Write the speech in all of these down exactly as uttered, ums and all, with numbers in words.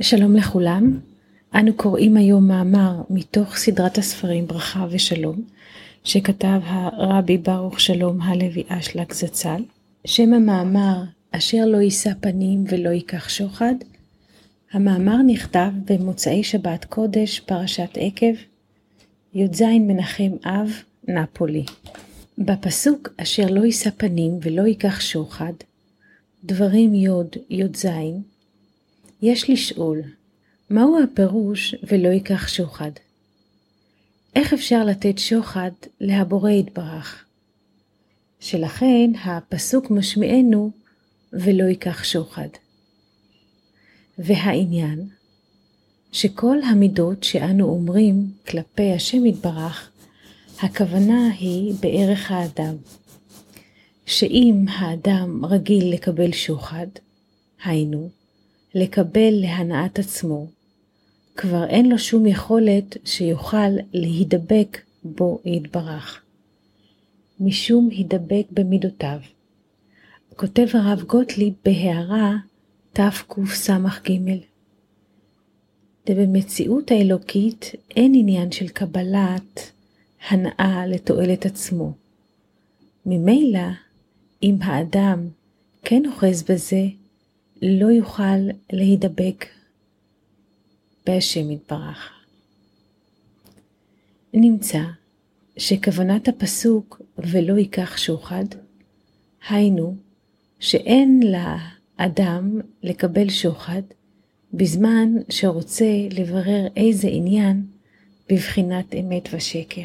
שלום לכולם, אנו קוראים היום מאמר מתוך סדרת הספרים ברכה ושלום, שכתב הרבי ברוך שלום הלוי אשלג זצ"ל. שם המאמר אשר לא יישא פנים ולא ייקח שוחד. המאמר נכתב במוצאי שבת קודש פרשת עקב, י"ז מנחם אב נפולי. בפסוק אשר לא יישא פנים ולא ייקח שוחד, דברים י' י"ז, יש לשאול, מהו הפירוש ולא ייקח שוחד? איך אפשר לתת שוחד להבורא יתברך? שלכן הפסוק משמיענו ולא ייקח שוחד. והעניין, שכל המידות שאנו אומרים כלפי השם יתברך, הכוונה היא בערך האדם. שאם האדם רגיל לקבל שוחד, היינו, לקבל להנאת עצמו, כבר אין לו שום יכולת שיוכל להידבק בו יתברך. משום הידבק במידותיו. כותב הרב גוטליב בהערה תקס"ג. ובמציאות האלוקית אין עניין של קבלת הנאה לתועלת עצמו. ממילא, אם האדם כן אוחז בזה, לא יוכל להידבק בהשם יתברך. נמצא שכוונת הפסוק ולא ייקח שוחד, היינו שאין לאדם לקבל שוחד בזמן שרוצה לברר איזה עניין בבחינת אמת ושקר.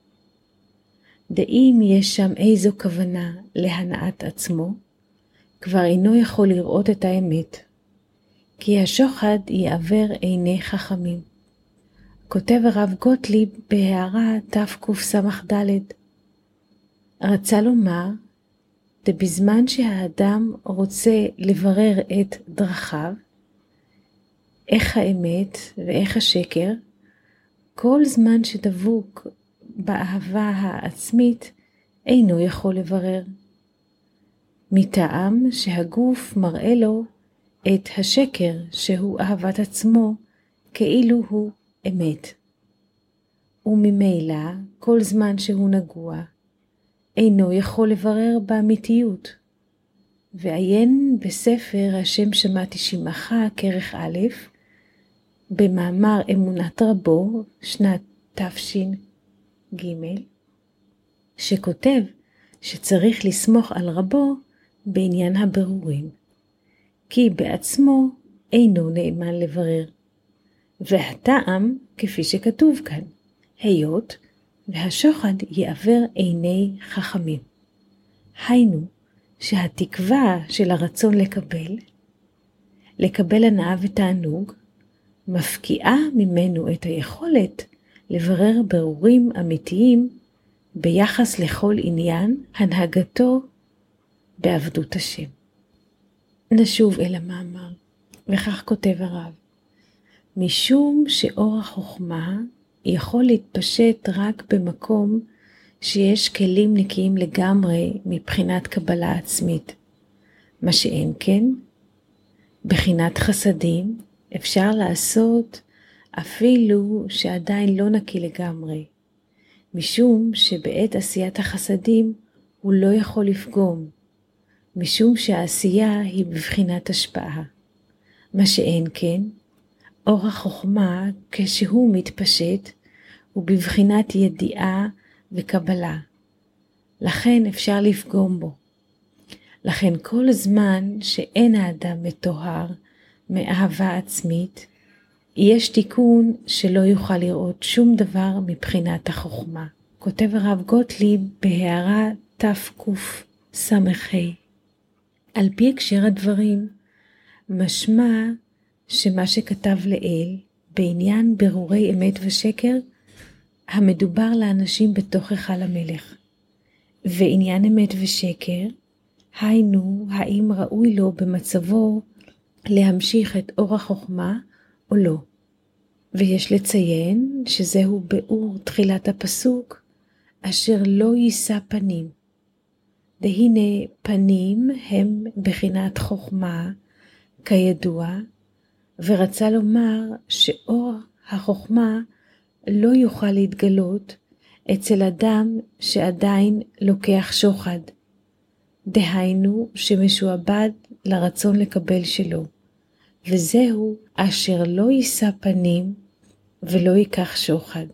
דאם יש שם איזו כוונה להנאת עצמו, כבר אינו יכול לראות את האמת, כי השוחד יעבר עיני חכמים. כותב הרב גוטליב בהערה תקס"ד, רצה לומר, בזמן שהאדם רוצה לברר את דרכיו, איך האמת ואיך השקר, כל זמן שדבוק באהבה העצמית, אינו יכול לברר. מטעם שהגוף מראה לו את השקר שהוא אהבת עצמו כאילו הוא אמת. וממילא כל זמן שהוא נגוע אינו יכול לברר באמיתיות. ועיין בספר השם שמעתי שמעך כרך א' במאמר אמונת רבו שנת תש"ג, שכותב שצריך לסמוך על רבו בעניין הבירורים, כי בעצמו אינו נאמן לברר. והטעם כפי שכתוב כאן, היות והשוחד יעבר עיני חכמים. היינו שהתקווה של הרצון לקבל, לקבל הנאה ותענוג, מפקיעה ממנו את היכולת לברר ברורים אמיתיים ביחס לכל עניין הנהגתו בעבדות השם. נשוב אל המאמר, וכך כותב הרב, משום שאור החוכמה יכול להתפשט רק במקום שיש כלים נקיים לגמרי מבחינת קבלה עצמית, מה שאין כן, בחינת חסדים אפשר לעשות אפילו שעדיין לא נקי לגמרי, משום שבעת עשיית החסדים הוא לא יכול לפגום, משום שהעשייה היא בבחינת השפעה. מה שאין כן, אור החוכמה כשהוא מתפשט הוא בבחינת ידיעה וקבלה. לכן אפשר לפגום בו. לכן כל זמן שאין האדם מטוהר מאהבה עצמית, יש תיקון שלא יוכל לראות שום דבר מבחינת החוכמה. כותב הרב גוטליב בהערה תקס"ה. על פי הקשר הדברים, משמע שמה שכתב לאל בעניין ברורי אמת ושקר, המדובר לאנשים בתוך היכל המלך. ועניין אמת ושקר, היינו האם ראוי לו במצבו להמשיך את אור החוכמה או לא. ויש לציין שזהו ביאור תחילת הפסוק, אשר לא יישא פנים. והנה פנים הם בחינת חוכמה, כידוע, ורצה לומר שאור החוכמה לא יוכל להתגלות אצל אדם שעדיין לוקח שוחד, דהיינו שמשועבד לרצון לקבל שלו, וזהו אשר לא יישא פנים ולא ייקח שוחד.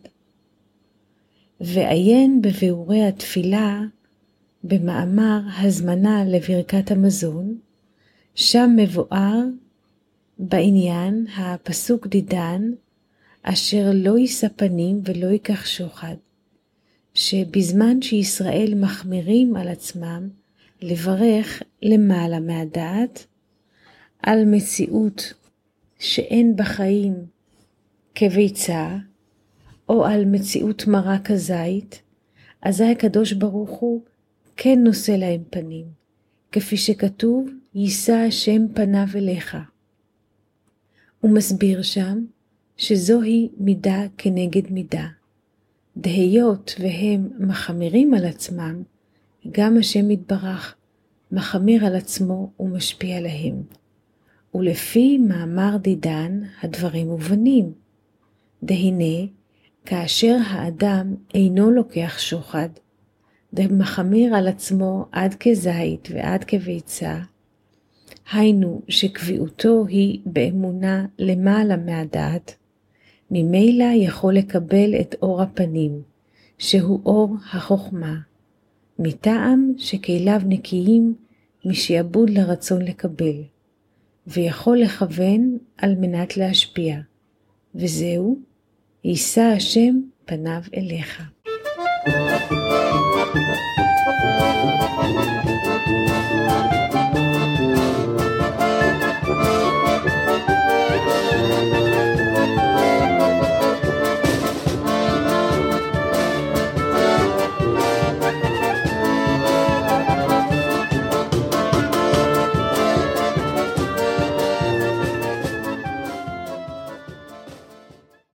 ועיין בביאורי התפילה במאמר הזמנה לברכת המזון, שם מבואר בעניין הפסוק דידן, אשר לא יישא פנים ולא ייקח שוחד, שבזמן שישראל מחמירים על עצמם לברך למעלה מהדעת, על מציאות שאין בחיים כביצה, או על מציאות מרה כזית, אזי הקדוש ברוך הוא כן נושא להם פנים, כפי שכתוב, יישא השם פניו אליך. הוא מסביר שם שזוהי מידה כנגד מידה. דהיות והם מחמירים על עצמם, גם השם יתברך מחמיר על עצמו ומשפיע להם. ולפי מאמר דידן הדברים מובנים. דהנה, כאשר האדם אינו לוקח שוחד, ומחמיר על עצמו עד כזית ועד כביצה, היינו שקביעותו היא באמונה למעלה מהדעת, ממילא יכול לקבל את אור הפנים, שהוא אור החוכמה, מטעם שכליו נקיים משעבוד לרצון לקבל, ויכול לכוון על מנת להשפיע, וזהו, יישא השם פניו אליך.